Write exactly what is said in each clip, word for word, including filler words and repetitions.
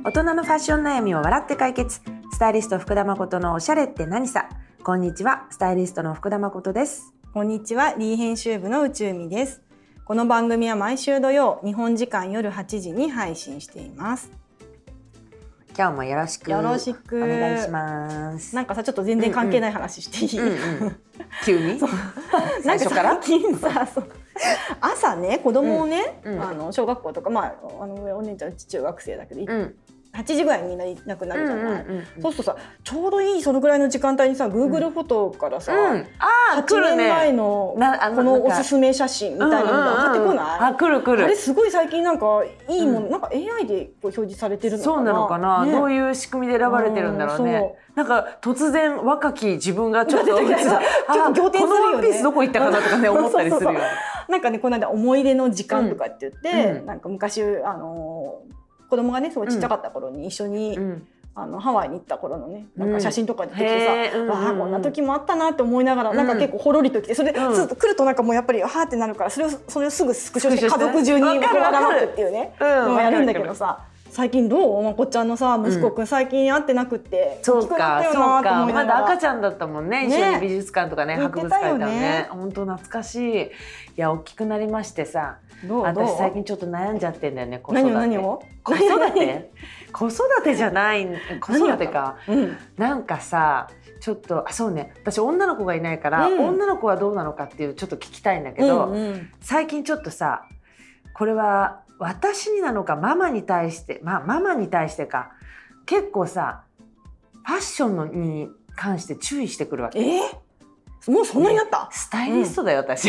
大人のファッション悩みを笑って解決。スタイリスト福田誠のおしゃれって何さ。こんにちは、スタイリストの福田誠です。 こんにちは、リー編集部の宇宙美です。この番組は毎週土曜、日本時間夜はちじに配信しています。 今日もよろしくよろしくお願いします。 なんかさ、ちょっと全然関係ない話していい？ うんうん、急に最初から最近さそう朝ね、子供をね、 うんうん、 あの小学校とか、まあ、あのお姉ちゃん中学生だけど、うん、はちじぐらいにみんないなくなるじゃない、うんうんうんうん、そうするとさ、ちょうどいいそのぐらいの時間帯にさ Google フォトからさ、うん、あはちねんまえのこのおすすめ写真みたいなのが上がってこない？ あ、来る来る。あれすごい最近なんかいいもの、うん、なんか エーアイ でこう表示されてるのかな。 そうなのかな、ね、どういう仕組みで選ばれてるんだろうね。うん、なんか突然若き自分がちょっと仰天するよね。このワンピースどこ行ったかなとかね思ったりするよね。 なんかね、この間思い出の時間とかって言って、うん、なんか昔あの子供がねすごいちっちゃかった頃に一緒に、うん、あのハワイに行った頃のねなんか写真とか出てきてさ、うん、わあこんな時もあったなって思いながら、うん、なんか結構ほろりときて、それで、うん、来るとなんかもうやっぱりはーってなるから、それをそれをすぐスクショして家族中にばらまくっていうね、のをやるんだけどさ。最近どう？まこちゃんのさ息子くん、うん、最近会ってなくて、 そうかそうか、まだ赤ちゃんだったもんね。一緒に美術館とかね、博物館行ったのね。本当懐かしい。いや大きくなりましてさ、どう私最近ちょっと悩んじゃってんだよね。子育て。何を何を？子育て？子育てじゃない、子育てか。うん、なんかさ。ちょっとあそうね、私女の子がいないから、うん、女の子はどうなのかっていうちょっと聞きたいんだけど、うんうん、最近ちょっとさ、これは私になのかママに対して、まあママに対してか、結構さファッションのに関して注意してくるわけ。 えー、もうそんなになった？ スタイリストだよ、うん、私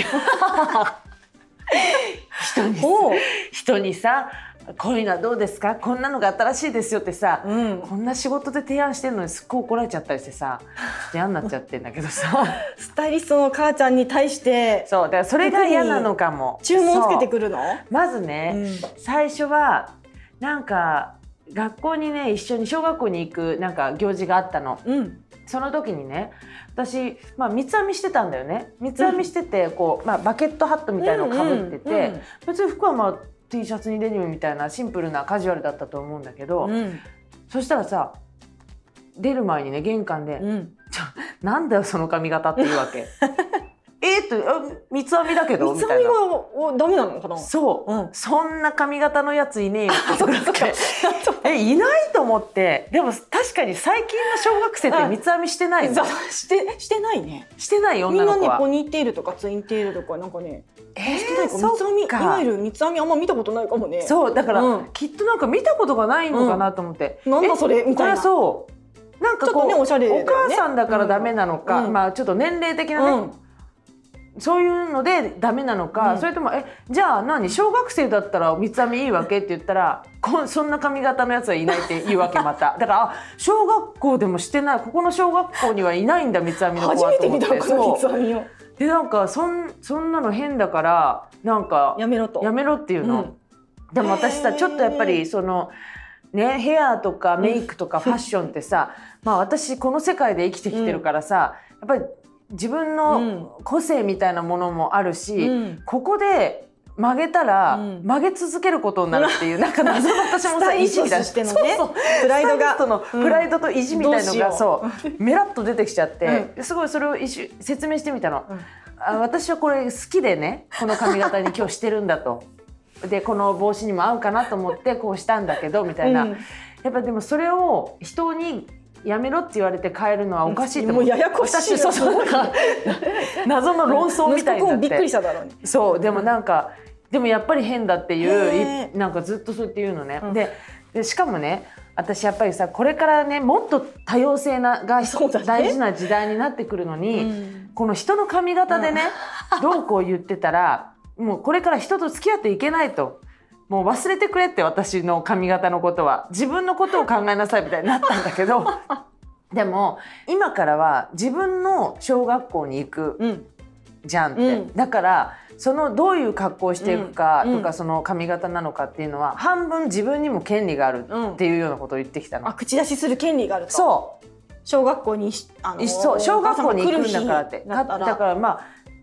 人に人にさ、こういうのはどうですか、こんなのが新しいですよってさ、うん、こんな仕事で提案してるのにすっごい怒られちゃったりしてさ、ちょっと嫌になっちゃってんだけどさスタイリストの母ちゃんに対してそうだからそれが嫌なのかも。 注文つけてくるの？ まずね、うん、最初はなんか学校にね一緒に小学校に行くなんか行事があったの、うん、その時にね私、まあ、三つ編みしてたんだよね。三つ編みしててこう、まあ、バケットハットみたいのをかぶってて、うんうんうん、別に服はまあT シャツにデニムみたいなシンプルなカジュアルだったと思うんだけど、うん、そしたらさ出る前にね玄関で、うん、ちょなんだよその髪型って言うわけえっと三つ編みだけどみたいな。三つ編みがダメなのかな。 そう、うん、そんな髪型のやついねえよってえいないと思って。でも確かに最近の小学生って三つ編みしてないの？ してしてないね。 してないよ女の子は。 みんなねポニーテールとかツインテールとかなんかね。 えー、 してないか。三つ編みいわゆる三つ編みあんま見たことないかもね。 そうだから、うん、きっとなんか見たことがないのかなと思って、 うん、なんだそれみたいな。 そうなんかこう、ね、おしゃれだよね、お母さんだからダメなのか、うん、まあちょっと年齢的なね、うんそういうのでダメなのか、うん、それともえじゃあ何小学生だったら三つ編みいいわけって言ったらこそんな髪型のやつはいないって言うわけまた。だからあ小学校でもしてない、ここの小学校にはいないんだ三つ編みの子はと思って。 初めて見たこの三つ編みを。 でなんかそんそんなの変だからなんかやめろとやめろっていうの、うん、でも私さちょっとやっぱりそのねヘアとかメイクとかファッションってさ、まあ私この世界で生きてきてるからさ、やっぱり自分の個性みたいなものもあるし、うん、ここで曲げたら、うん、曲げ続けることになるっていう、うん、なんか謎の私もさ意地みたいな、そうそうプライドがのプライドと意地みたいのが、うん、そうメラッと出てきちゃって、うん、すごいそれを一説明してみたの、うん、あ私はこれ好きでねこの髪型に今日してるんだとでこの帽子にも合うかなと思ってこうしたんだけどみたいな、うん、やっぱでもそれを人にやめろって言われて変えるのはおかしいと思う。 もうややこしい。 そうそうなんか謎の論争みたいになって。 びっくりしただろうね。 そうでもなんかでもやっぱり変だっていうなんかずっとそうやって言うのね。うん、で, でしかもね私やっぱりさこれからねもっと多様性なが大事な時代になってくるのに、うん、この人の髪型でね、うん、どうこう言ってたらもうこれから人と付き合っていけないと。もう忘れてくれって私の髪型のことは自分のことを考えなさいみたいになったんだけどでも今からは自分の小学校に行くじゃんって、うん、だからそのどういう格好をしていくかとか、うん、その髪型なのかっていうのは半分自分にも権利があるっていうようなことを言ってきたの、 うん、あ口出しする権利があると。そう小学校にあのそう小学校に行くんだからってだからまあ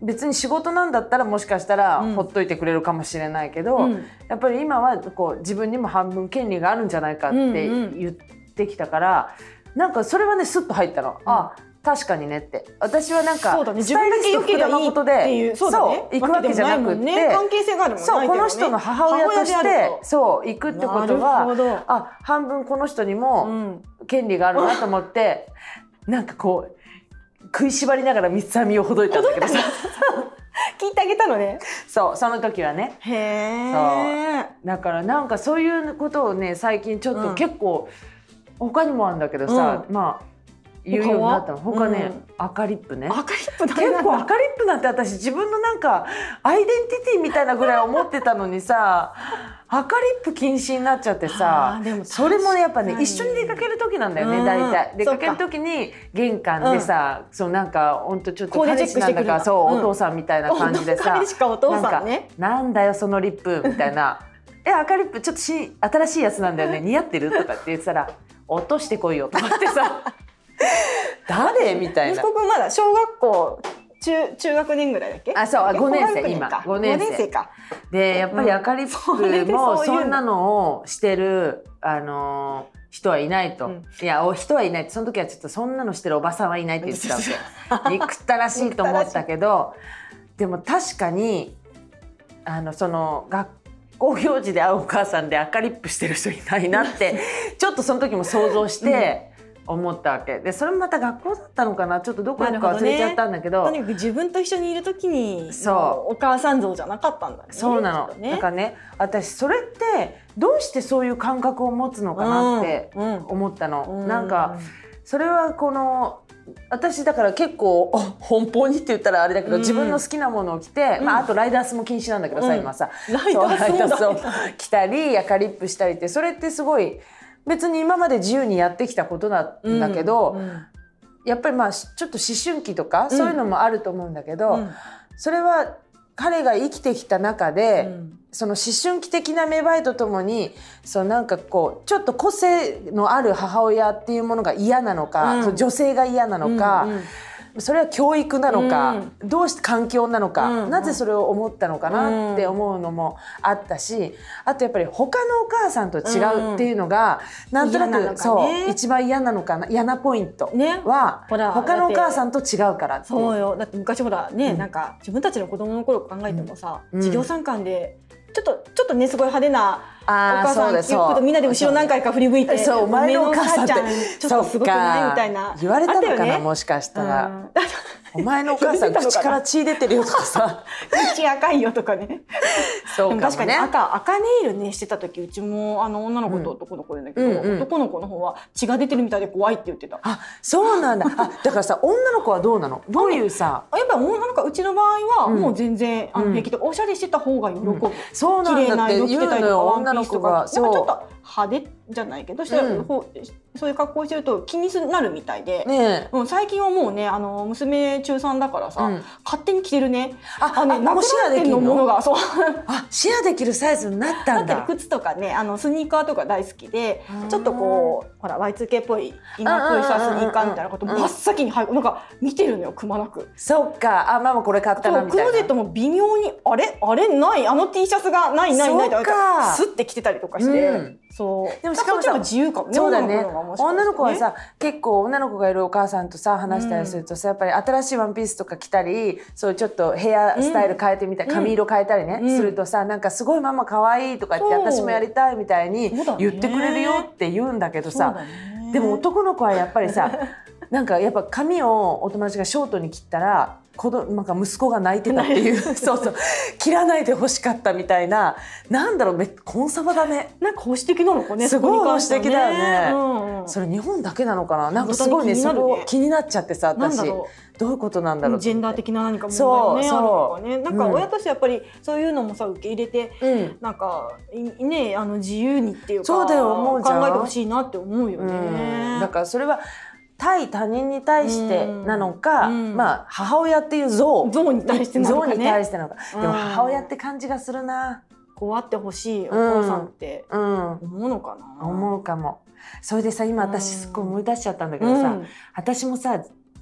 別に仕事なんだったらもしかしたらほっといてくれるかもしれないけど、うん、やっぱり今はこう自分にも半分権利があるんじゃないかって言ってきたから、うんうん、なんかそれはねスッと入ったの、うん、あ確かにねって。私はなんかスタイリスト福田誠でそう行くわけじゃなくって、 関係性があるもんね。 そうこの人の母親としてそう行くってことは、あ半分この人にも権利があるなと思って、うん、なんかこう食いしばりながら三つ編みをほどいたんだけどさ聞いてあげたのね。 そうその時はね。 へえ。 だからなんかそういうことをね最近ちょっと結構、うん、他にもあるんだけどさ、うん、まあ言うようになったの。他ね、うん、赤リップね。 赤リップだ結構赤リップなんて私自分のなんかアイデンティティみたいなぐらい思ってたのにさ赤リップ禁止になっちゃってさ、でもそれもねやっぱね一緒に出かける時なんだよね、大体出かける時に玄関でさ、うん、そうなんかほんとちょっと彼氏なんだかそう、うん、お父さんみたいな感じでさ、 彼氏かお父さんね、 なんかなんだよそのリップみたいなえ赤リップちょっとし新しいやつなんだよね似合ってるとかって言ってたら落としてこいよとかってさ誰みたいな。 息子くんまだ小学校 中, 中学年ぐらいだっけ？ あそうごねん生今ごねん生か。 でやっぱり赤リップもそんなのをしてる、あのー、人はいないと、うん、いや人はいないってその時はちょっとそんなのしてるおばさんはいないって言ってたわけ憎ったらしいと思ったけどでも確かにあのその学校行事で会うお母さんで赤リップしてる人いないなってちょっとその時も想像して、うん思ったわけで、それもまた学校だったのかなちょっとどこか忘れちゃったんだけど、 どね、とにかく自分と一緒にいる時にそうお母さん像じゃなかったんだね。 そうなの、ね、だからね私それってどうしてそういう感覚を持つのかなって思ったの、うんうん、なんかそれはこの私だから結構奔放にって言ったらあれだけど、うん、自分の好きなものを着て、うんまあ、あとライダースも禁止なんだけどさ、うん、今さライダースを着たり赤リップしたりってそれってすごい別に今まで自由にやってきたことなんだけど、うんうん、やっぱりまあちょっと思春期とかそういうのもあると思うんだけど、うん、それは彼が生きてきた中で、うん、その思春期的な芽生えとともにそうなんかこうちょっと個性のある母親っていうものが嫌なのか、うん、女性が嫌なのか、うんうんそれは教育なのか、うん、どうして環境なのか、うん、なぜそれを思ったのかなって思うのもあったし、あとやっぱり他のお母さんと違うっていうのが、うん、なんとなくな、ね、そう一番嫌なのかな嫌なポイントは、ね、他のお母さんと違うからってそうよ。だって昔ほらね、うん、なんか自分たちの子供の頃考えてもさ、うん、授業参観でちょっとちょっとねすごい派手なお母さんって言うとみんなで後ろ何回か振り向いてそうお前のお母さんってちょっとすごくないみたいな言われたのかな、ね、もしかしたら、うん、お前のお母さん口から血出てるよとかさ口赤いよとかねそうかもね。 確かに 赤, 赤ネイルねしてた時うちもあの女の子と男の子いるんだけど、うんうんうん、男の子の方は血が出てるみたいで怖いって言ってた。 あそうなんだ。あだからさ女の子はどうなのどういうさやっぱり女の子うちの場合はもう全然、うん、あの平気でおしゃれしてた方が喜ぶ、うん、 そうなんだって言うのよ女の子が。 ちょっと派手じゃないけど、うん、そういう格好してると気になるみたいで、ねうん、最近はもうねあの娘中さんだからさ、うん、勝手に着てるね。 ああねなくなってんのものがそうあシェアできるサイズになったんだ。 靴とかねあのスニーカーとか大好きでちょっとこうほら ワイツーケー っぽい今っぽいさスニーカーみたいなこと真っ先に入るなんか見てるのよくまなく。 そっかあママこれ買ったなみたいな。 クローゼットも微妙にあれあれないあの T シャツがないないないってスッて着てたりとかして、うん、そうでもしかもさ自由かもね。 そうだね女の子はさ結構女の子がいるお母さんとさ話したりするとさ、うん、やっぱり新しいワンピースとか着たりそういうちょっとヘアスタイル変えてみたり、うん、髪色変えたりね、うん、するとさなんかすごいママ可愛いとか言って私もやりたいみたいに言ってくれるよって言うんだけどさ、でも男の子はやっぱりさなんかやっぱ髪をお友達がショートに切ったら子供なんか息子が泣いてたっていうそうそう切らないで欲しかったみたいななんだろうめコンサバだね。 なんか保守的なのかね。 すごい保守的だよね、うんうん、それ日本だけなのかな。なんかすごいねそこ気になっちゃってさ私どういうことなんだろう。 ジェンダー的な何か問題がねあるのかね。なんか親としてやっぱりそういうのもさ受け入れて、うん、なんかねあの自由にっていうかそうだよ思うじゃん考えてほしいなって思うよね、 うん、だからそれは対他人に対してなのか、うん、まあ母親っていう像像に対してなのかね。 像に対してなのか、うん、でも母親って感じがするな。 こうあってほしいお母さんって思うのかな、 うんうん、思うかも。それでさ今私すっごい思い出しちゃったんだけどさ、うん、私もさ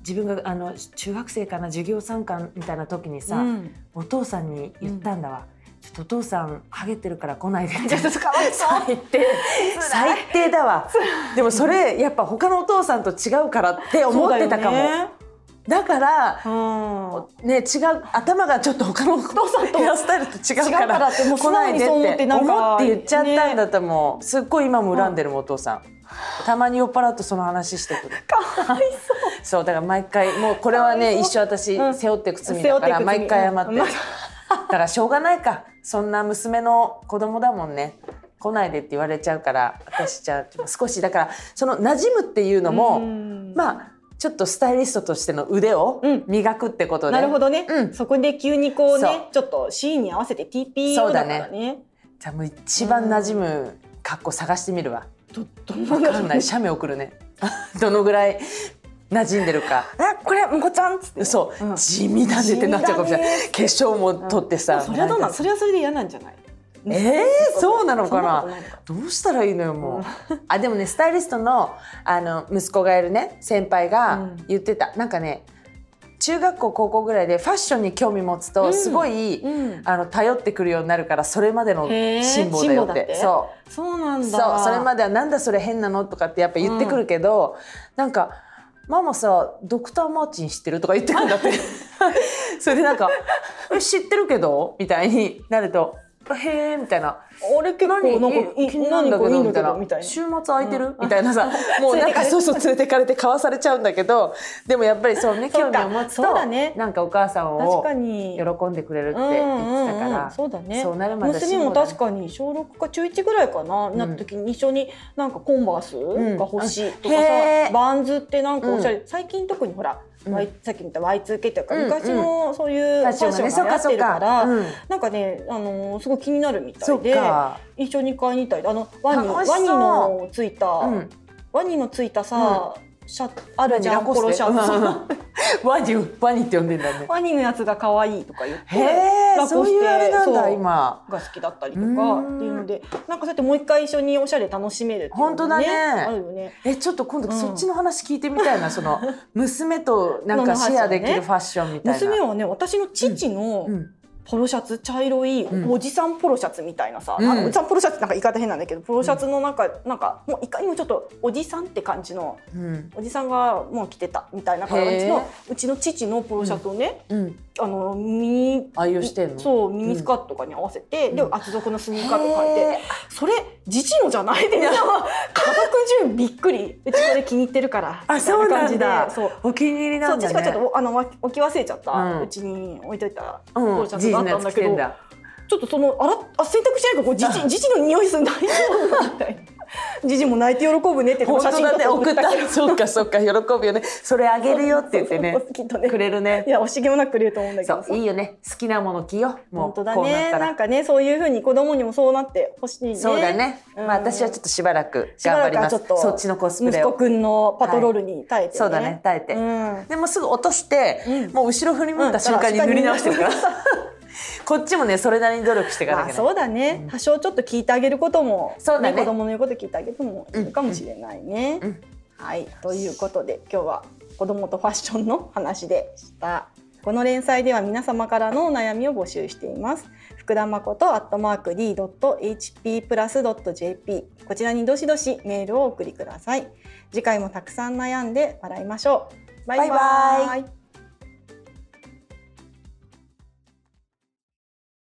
自分があの中学生かな授業参観みたいな時にさ、うん、お父さんに言ったんだわ、うん、ちょっとお父さんハゲてるから来ないでって最低最低だわでもそれやっぱ他のお父さんと違うからって思ってたかも。だから、うんね、違う頭がちょっと他のお父さんとヘアスタイルと違うから来ないでって思って言っちゃったんだと思う、ね、すっごい今も恨んでるもん、お父さん。たまに酔っ払うとその話してくる。 かわいそうそうだから毎回もうこれはね一生私背負っていく罪だから毎回謝ってる、うん、だからしょうがないか、そんな娘の子供だもんね、来ないでって言われちゃうから私じゃあ少しだからその馴染むっていうのもまあちょっとスタイリストとしての腕を磨くってことで、うん、 なるほどね、うん、そこで急にこうねちょっとシーンに合わせて ティーピー 用だからね。そうだね、 じゃあもう一番馴染む格好探してみるわ。どど分かんない写メ送るねどのぐらい馴染んでるか。 えこれむこちゃんっつって、 そう、うん、地味だねってなっちゃうかもしれない。化粧も取ってさ、 うん、それはどうなの、それはそれで嫌なんじゃない？ えー、そうなのかな。どうしたらいいのよもう、うん、あでもねスタイリストのあの息子がいるね先輩が言ってた、うん、なんかね中学校高校ぐらいでファッションに興味持つとすごい、うん、あの頼ってくるようになるからそれまでの辛抱だよって。そうそうなんだ。 そうそれまではなんだそれ変なのとかってやっぱ言ってくるけど、うん、なんかママさドクターマーチン知ってるとか言ってくんだってそれでなんかえ知ってるけどみたいになるとへーみたいな、 俺結構なんか気になるんだけどみたいな、みたいな週末空いてる、うん、みたいなさもうなんかそうそう連れてかれて買わされちゃうんだけどでもやっぱりそうね興味を持つと、ね、なんかお母さんを喜んでくれるって言ってたから、 そうだね、 そうなるまで娘も確かにしょうろくかちゅういちぐらいかな、うん、なった時に一緒になんかコンバースが欲しいとかさ、うん、バンズってなんかおしゃれ、うん、最近特にほらうん、さっき言った ワイツーケー というか、うん、昔のそういうファッションが流行ってるから、うん、なんかね、あのー、すごい気になるみたいで一緒に買いに行ったり、あのワニワニのついた、うん、ワニのついたさ、うんシャあるじゃんポロシャツワニワニって呼んでんだね。 ワニのやつが可愛いとか言ってへーそういうあれなんだ今が好きだったりとかっていうのでなんかそうやってもう一回一緒におしゃれ楽しめるっていうの、ね、 本当だねあるよね。 えちょっと今度そっちの話聞いてみたいな、うん、その娘となんかシェアできるファッションみたいな。 娘はね私の父の、うんうんポロシャツ茶色いおじさんポロシャツみたいなさ、うん、あのおじさんポロシャツなんか言い方変なんだけどポロシャツのなんか、うん、なんかもういかにもちょっとおじさんって感じの、うん、おじさんがもう着てたみたいな感じのうちの父のポロシャツをね、うん、あのミニ愛用してんのそうミニスカートとかに合わせて、うん、で厚底のスニーカーとか履いてそれ父のじゃないでみんな家族中びっくりうちこれ気に入ってるからあそうなんだそうお気に入りなんだね。 そう父がちょっとあの置き忘れちゃった、うん、うちに置いといたポロシャツがあったんだけど、ちょっとそのあらあ洗濯しないかこう父父の匂いする大丈夫みたいな父も泣いて喜ぶねって写真撮って送ったけどそっかそっか喜ぶよねそれあげるよって言ってねくれるね。 いや惜しげもなくくれると思うんだけどそういいよね好きなもの着ようもう本当だねなんかねそういう風に子供にもそうなってほしいね。 そうだね、うん、まあ私はちょっとしばらく頑張ります。そっちのコスプレを息子くんのパトロールに耐えて、ねはい、 そうだね耐えて、うん、でもすぐ落として、うん、もう後ろ振り向いた瞬間に塗り直してるから、うんこっちもねそれなりに努力していかなきゃいけない。 まあそうだね、うん、多少ちょっと聞いてあげることも、そうだね、子供の言うこと聞いてあげてもいいかもしれないね、うんうん、はいということで今日は子供とファッションの話でした。この連載では皆様からのお悩みを募集しています。福田誠アットマーク ディードットエイチピープラスドットジェーピー こちらにどしどしメールをお送りください。次回もたくさん悩んで笑いましょう。バイバイ。バイバイ。